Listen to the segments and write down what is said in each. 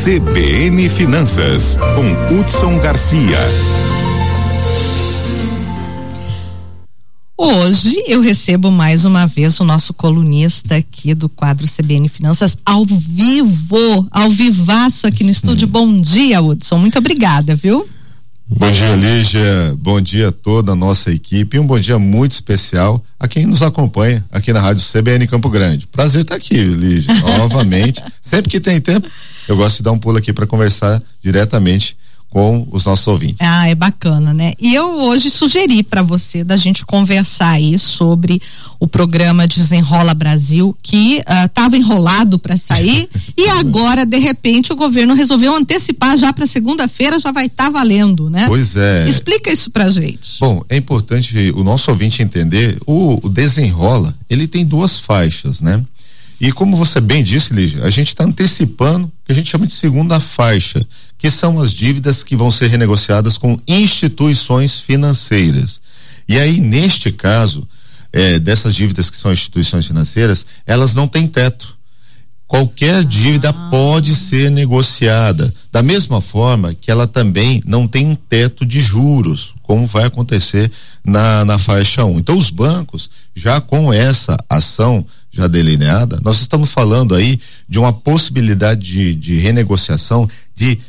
CBN Finanças, com Hudson Garcia. Hoje eu recebo mais uma vez o nosso colunista aqui do quadro CBN Finanças ao vivaço aqui no estúdio. Bom dia, Hudson, muito obrigada, viu? Bom dia, Lígia, bom dia a toda a nossa equipe e um bom dia muito especial a quem nos acompanha aqui na Rádio CBN Campo Grande. Prazer estar aqui, Lígia, novamente. Sempre que tem tempo, eu gosto de dar um pulo aqui para conversar diretamente com os nossos ouvintes. É bacana, né? E eu hoje sugeri para você da gente conversar aí sobre o programa Desenrola Brasil, que estava enrolado para sair e agora de repente o governo resolveu antecipar já para segunda-feira, já vai estar valendo, né? Pois é. Explica isso pra gente. Bom, é importante o nosso ouvinte entender, o Desenrola, ele tem duas faixas, né? E como você bem disse, Lígia, a gente está antecipando o que a gente chama de segunda faixa, que são as dívidas que vão ser renegociadas com instituições financeiras. E aí, neste caso, dessas dívidas que são instituições financeiras, elas não têm teto. Qualquer dívida pode ser negociada, da mesma forma que ela também não tem um teto de juros, como vai acontecer na faixa 1. Então, os bancos, já com essa ação já delineada, nós estamos falando aí de uma possibilidade de renegociação de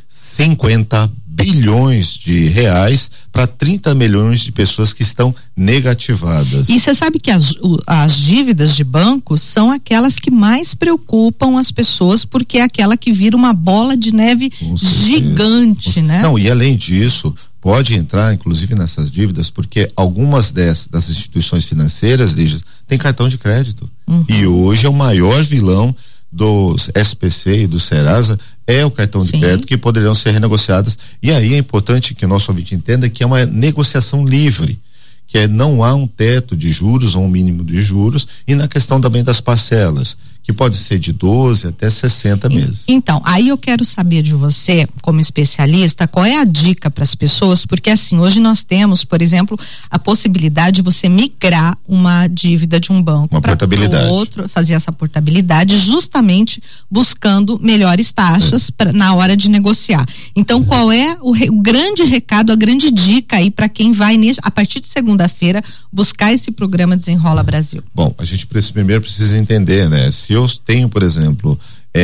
50 bilhões de reais para 30 milhões de pessoas que estão negativadas. E você sabe que as dívidas de bancos são aquelas que mais preocupam as pessoas, porque é aquela que vira uma bola de neve gigante, né? Não, e além disso, pode entrar inclusive nessas dívidas, porque algumas das instituições financeiras, Lígia, têm cartão de crédito. E hoje é o maior vilão dos SPC e do Serasa é o cartão de crédito, que poderiam ser renegociadas. E aí é importante que o nosso ouvinte entenda que é uma negociação livre, que não há um teto de juros ou um mínimo de juros, e na questão também das parcelas, que pode ser de 12 até 60 meses. Então, aí eu quero saber de você, como especialista, qual é a dica para as pessoas, porque assim, hoje nós temos, por exemplo, a possibilidade de você migrar uma dívida de um banco para outro, fazer essa portabilidade, justamente buscando melhores taxas na hora de negociar. Então, qual é o grande recado, a grande dica aí para quem vai a partir de segunda-feira buscar esse programa Desenrola Brasil? Bom, a gente primeiro precisa entender, né? Se eu tenho, por exemplo,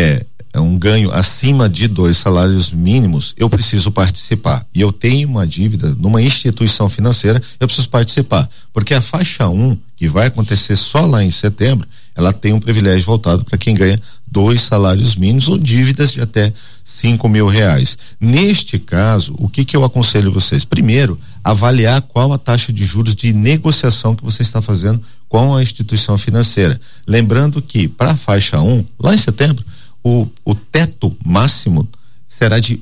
um ganho acima de 2 salários mínimos, eu preciso participar. E eu tenho uma dívida numa instituição financeira, eu preciso participar. Porque a faixa 1, que vai acontecer só lá em setembro, ela tem um privilégio voltado para quem ganha 2 salários mínimos ou dívidas de até 5 mil reais. Neste caso, o que eu aconselho vocês? Primeiro, avaliar qual a taxa de juros de negociação que você está fazendo com a instituição financeira. Lembrando que para a faixa 1, lá em setembro, o teto máximo será de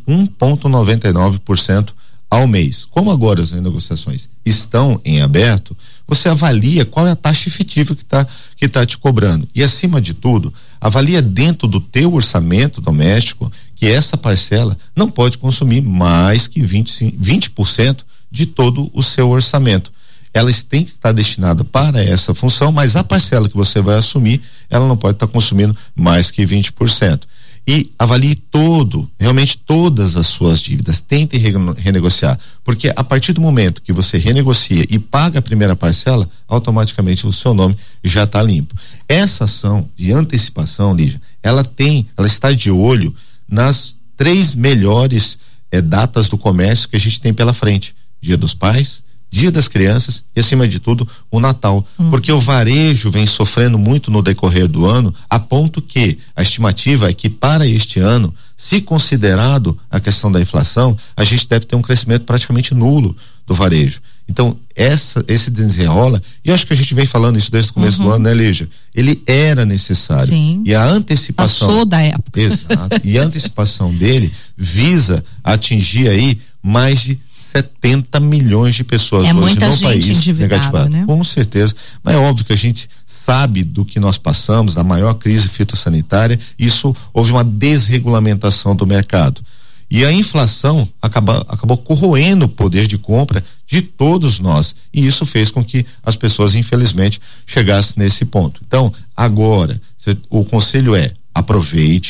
1,99% ao mês. Como agora as negociações estão em aberto, você avalia qual é a taxa efetiva que tá te cobrando. E acima de tudo, avalia dentro do teu orçamento doméstico que essa parcela não pode consumir mais que 20% de todo o seu orçamento. Elas têm que estar destinadas para essa função, mas a parcela que você vai assumir, ela não pode estar consumindo mais que 20%. E avalie realmente todas as suas dívidas, tente renegociar, porque a partir do momento que você renegocia e paga a primeira parcela, automaticamente o seu nome já está limpo. Essa ação de antecipação, Lígia, ela está de olho nas 3 melhores datas do comércio que a gente tem pela frente: Dia dos Pais, Dia das Crianças e, acima de tudo, o Natal. Porque o varejo vem sofrendo muito no decorrer do ano, a ponto que a estimativa é que para este ano, se considerado a questão da inflação, a gente deve ter um crescimento praticamente nulo do varejo. Então, esse desenrola, e eu acho que a gente vem falando isso desde o começo do ano, né, Lígia? Ele era necessário. Sim. E a antecipação. Passou da época. Exato. E a antecipação dele visa atingir aí mais de 70 milhões de pessoas hoje no país negativadas, né? Com certeza, mas é óbvio que a gente sabe do que nós passamos, da maior crise fitossanitária, houve uma desregulamentação do mercado. E a inflação acabou corroendo o poder de compra de todos nós. E isso fez com que as pessoas, infelizmente, chegassem nesse ponto. Então, agora, o conselho é: aproveite,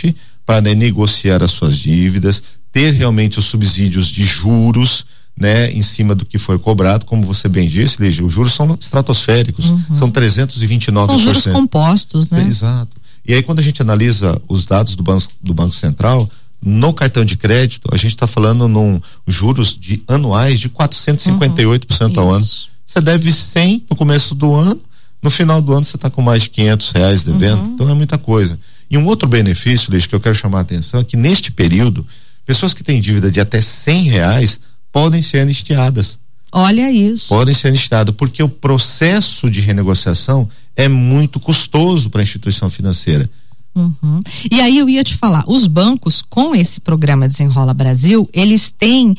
para negociar as suas dívidas, ter realmente os subsídios de juros, né, em cima do que foi cobrado, como você bem disse, Lígia, os juros são estratosféricos, são 329%. São juros compostos, né? Exato. E aí quando a gente analisa os dados do Banco Central, no cartão de crédito, a gente está falando num juros anuais de 458% ao ano. Você deve 100 no começo do ano, no final do ano você está com mais de R$500 devendo, então é muita coisa. E um outro benefício, Lígia, que eu quero chamar a atenção é que neste período, pessoas que têm dívida de até R$100 podem ser anistiadas. Olha isso. Podem ser anistiadas, porque o processo de renegociação é muito custoso para a instituição financeira. E aí eu ia te falar, os bancos com esse programa Desenrola Brasil, eles têm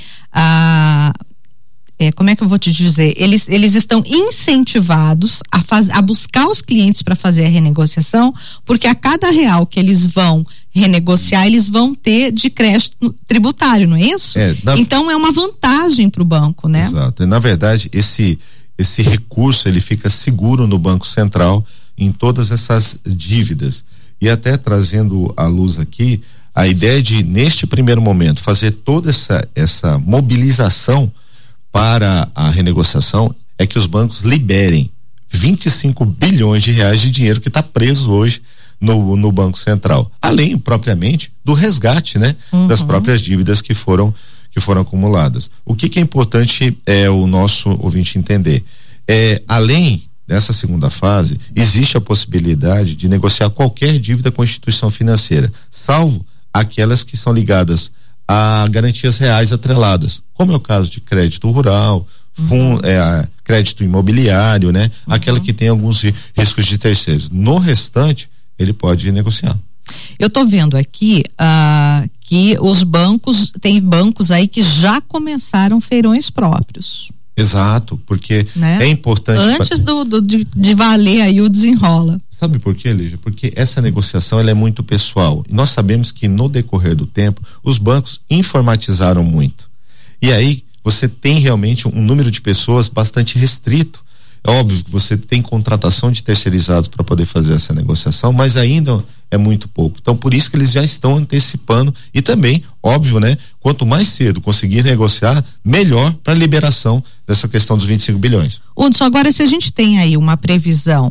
como é que eu vou te dizer? Eles estão incentivados a buscar os clientes para fazer a renegociação, porque a cada real que eles vão renegociar, eles vão ter de crédito tributário, não é isso? Então é uma vantagem para o banco, né? Exato. E, na verdade, esse recurso ele fica seguro no Banco Central em todas essas dívidas. E até trazendo à luz aqui a ideia de, neste primeiro momento, fazer toda essa mobilização para a renegociação é que os bancos liberem 25 bilhões de reais de dinheiro que está preso hoje no Banco Central, além propriamente do resgate, né, das próprias dívidas que foram acumuladas. O que é importante o nosso ouvinte entender? Além dessa segunda fase, existe a possibilidade de negociar qualquer dívida com a instituição financeira, salvo aquelas que são ligadas a garantias reais atreladas, como é o caso de crédito rural, crédito imobiliário, né? Aquela que tem alguns riscos de terceiros. No restante, ele pode negociar. Eu tô vendo aqui que tem bancos aí que já começaram feirões próprios. Exato, porque é importante. Antes de valer aí o desenrola. Sabe por quê, Lígia? Porque essa negociação ela é muito pessoal. E nós sabemos que no decorrer do tempo, os bancos informatizaram muito. E aí, você tem realmente um número de pessoas bastante restrito. É óbvio que você tem contratação de terceirizados para poder fazer essa negociação, mas ainda é muito pouco. Então, por isso que eles já estão antecipando e também, óbvio, né? Quanto mais cedo conseguir negociar, melhor para a liberação dessa questão dos 25 bilhões. Hudson, agora se a gente tem aí uma previsão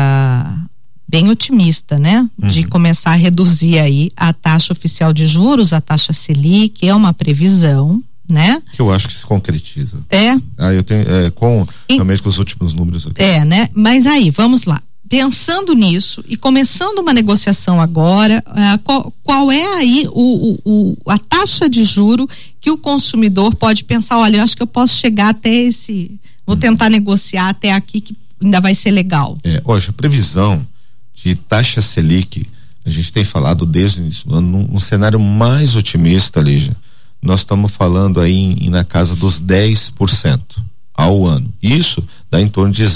bem otimista, né? De começar a reduzir aí a taxa oficial de juros, a taxa Selic, é uma previsão, né? Que eu acho que se concretiza. Eu tenho realmente com os últimos números aqui. Né? Mas aí, vamos lá. Pensando nisso e começando uma negociação agora, qual é aí a taxa de juro que o consumidor pode pensar, olha, eu acho que eu posso chegar até vou tentar negociar até aqui que ainda vai ser legal. Hoje a previsão de taxa Selic, a gente tem falado desde o início do ano, num cenário mais otimista, Lígia, nós estamos falando aí na casa dos 10% ao ano. Isso dá em torno de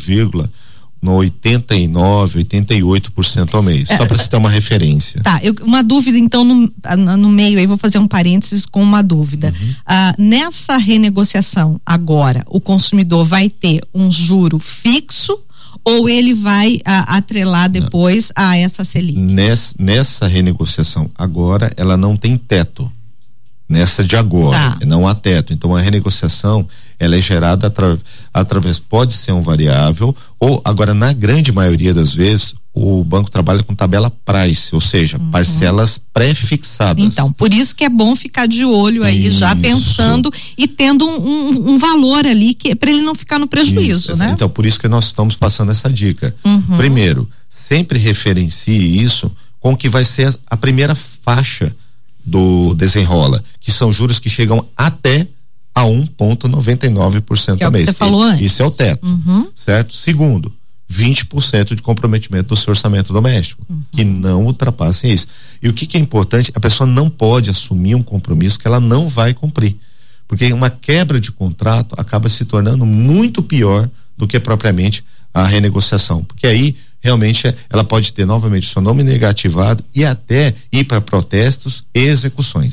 0,89, 88% ao mês. Só para você ter uma referência. Tá, uma dúvida então no meio aí, vou fazer um parênteses com uma dúvida. Nessa renegociação agora, o consumidor vai ter um juro fixo ou ele vai atrelar depois a essa Selic? Nessa renegociação agora, ela não tem teto. Nessa de agora, não há teto. Então a renegociação ela é gerada através, pode ser um variável, ou agora na grande maioria das vezes o banco trabalha com tabela price, ou seja, parcelas pré-fixadas. Então, por isso que é bom ficar de olho aí, já pensando e tendo um valor ali que para ele não ficar no prejuízo, né? Então, por isso que nós estamos passando essa dica. Primeiro, sempre referencie isso com o que vai ser a primeira faixa do desenrola, que são juros que chegam até a 1,99% ao mês. Você falou antes. Isso é o teto, certo? Segundo, 20% de comprometimento do seu orçamento doméstico, que não ultrapassem isso. E o que é importante, a pessoa não pode assumir um compromisso que ela não vai cumprir, porque uma quebra de contrato acaba se tornando muito pior do que propriamente a renegociação, porque aí realmente ela pode ter novamente seu nome negativado e até ir para protestos e execuções.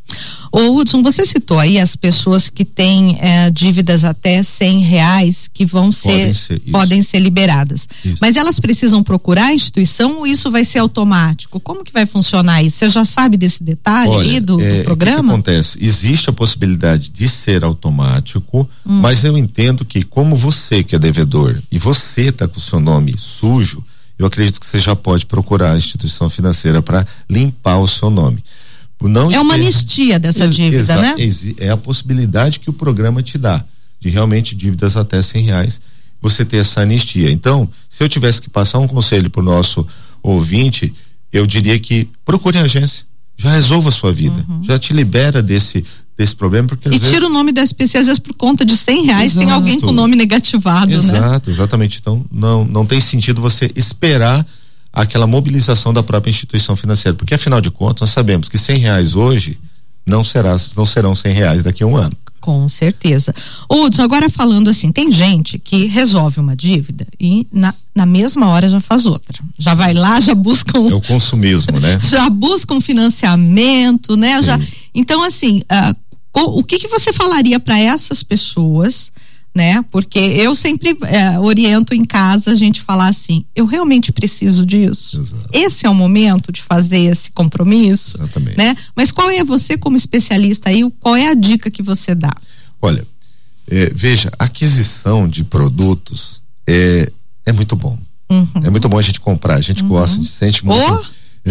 Ô Hudson, você citou aí as pessoas que têm dívidas até R$100 que podem ser liberadas. Isso. Mas elas precisam procurar a instituição ou isso vai ser automático? Como que vai funcionar isso? Você já sabe desse detalhe aí do programa? O que acontece? Existe a possibilidade de ser automático, mas eu entendo que como você que é devedor e você está com o seu nome sujo, eu acredito que você já pode procurar a instituição financeira para limpar o seu nome. É uma anistia dessa dívida, né? É a possibilidade que o programa te dá, de realmente dívidas até R$100, você ter essa anistia. Então, se eu tivesse que passar um conselho pro nosso ouvinte, eu diria que procure a agência, já resolva a sua vida, já te libera desse problema, porque às vezes tira o nome da SPC, às vezes por conta de R$100 tem alguém com o nome negativado, né? Exatamente, então não tem sentido você esperar aquela mobilização da própria instituição financeira, porque afinal de contas nós sabemos que R$100 hoje não serão R$100 daqui a um ano. Com certeza. Hudson, agora falando assim, tem gente que resolve uma dívida e na mesma hora já faz outra, já vai lá, já busca é o consumismo, né? Já busca um financiamento, né? Então assim, o que você falaria para essas pessoas, né? Porque eu sempre oriento em casa a gente falar assim, eu realmente preciso disso. Exato. Esse é o momento de fazer esse compromisso. Exatamente. Né? Mas qual é você como especialista aí, qual é a dica que você dá? Olha, veja, aquisição de produtos é muito bom. É muito bom a gente comprar, a gente gosta, a gente sente muito.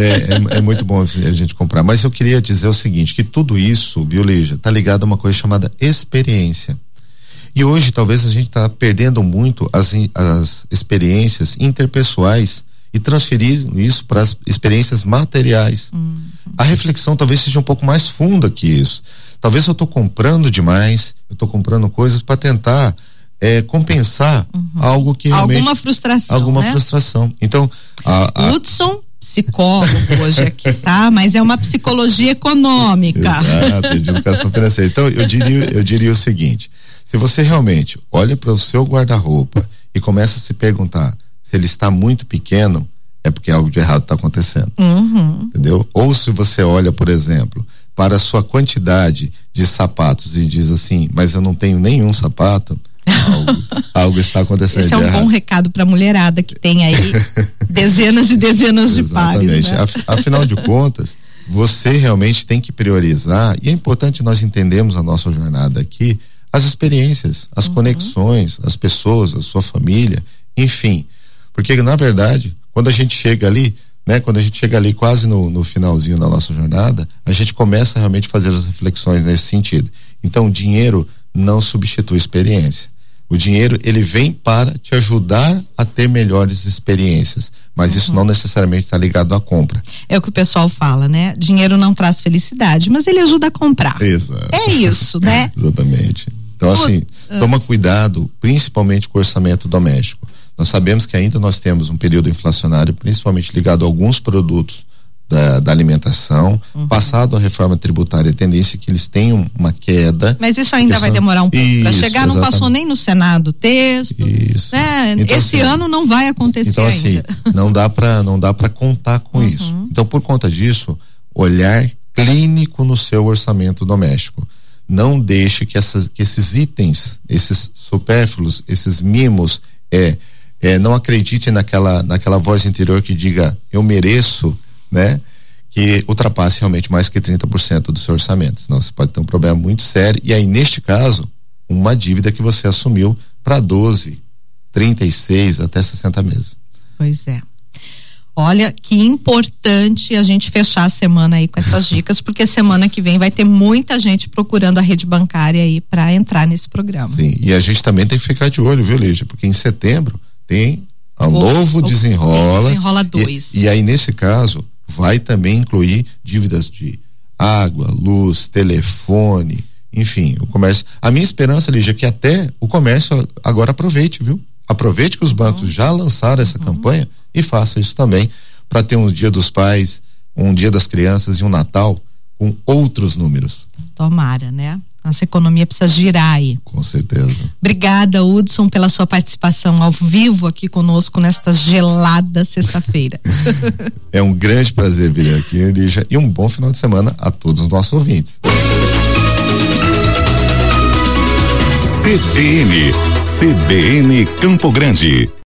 É muito bom a gente comprar, mas eu queria dizer o seguinte, que tudo isso, viu, Lígia, tá ligado a uma coisa chamada experiência. E hoje talvez a gente está perdendo muito as experiências interpessoais e transferindo isso para as experiências materiais. A reflexão talvez seja um pouco mais funda que isso. Talvez eu estou comprando demais, eu estou comprando coisas para tentar compensar algo que realmente... Alguma frustração. Então, Hudson, psicólogo hoje aqui, tá? Mas é uma psicologia econômica. Exato, de educação financeira. Então, eu diria o seguinte, se você realmente olha para o seu guarda-roupa e começa a se perguntar se ele está muito pequeno, é porque algo de errado está acontecendo. Entendeu? Ou se você olha, por exemplo, para a sua quantidade de sapatos e diz assim, mas eu não tenho nenhum sapato, algo está acontecendo. Esse é um bom recado para a mulherada que tem aí dezenas e dezenas de pares. Né? Afinal de contas, você realmente tem que priorizar, e é importante nós entendermos a nossa jornada aqui, as experiências, as conexões, as pessoas, a sua família, enfim, porque na verdade, quando a gente chega ali, né, quando a gente chega ali quase no finalzinho da nossa jornada, a gente começa realmente a fazer as reflexões nesse sentido. Então, o dinheiro não substitui experiência. O dinheiro, ele vem para te ajudar a ter melhores experiências, mas isso não necessariamente está ligado à compra. É o que o pessoal fala, né? Dinheiro não traz felicidade, mas ele ajuda a comprar. Exato. É isso, né? Exatamente. Então, assim, toma cuidado, principalmente com o orçamento doméstico. Nós sabemos que ainda nós temos um período inflacionário, principalmente ligado a alguns produtos da alimentação. Passado a reforma tributária, a tendência é que eles tenham uma queda. Mas isso ainda vai demorar um pouco para chegar, não passou nem no Senado o texto. Isso. Né? Então, esse ano não vai acontecer então, ainda. Assim, não dá para contar com isso. Então, por conta disso, olhar clínico no seu orçamento doméstico. Não deixe que esses itens, esses supérfluos, esses mimos, não acredite naquela voz interior que diga, eu mereço, né? Que ultrapasse realmente mais que 30% do seu orçamento. Senão você pode ter um problema muito sério. E aí, neste caso, uma dívida que você assumiu para 12, 36 até 60 meses. Pois é. Olha, que importante a gente fechar a semana aí com essas dicas, porque semana que vem vai ter muita gente procurando a rede bancária aí para entrar nesse programa. Sim, e a gente também tem que ficar de olho, viu, Lígia? Porque em setembro tem o novo Desenrola. Desenrola 2. E aí, nesse caso, vai também incluir dívidas de água, luz, telefone, enfim, o comércio. A minha esperança, Lígia, é que até o comércio agora aproveite, viu? Aproveite que os bancos já lançaram essa campanha e faça isso também para ter um Dia dos Pais, um Dia das Crianças e um Natal com outros números. Tomara, né? Nossa economia precisa girar aí. Com certeza. Obrigada, Hudson, pela sua participação ao vivo aqui conosco nesta gelada sexta-feira. É um grande prazer vir aqui, Lígia, e um bom final de semana a todos os nossos ouvintes. CBN Campo Grande.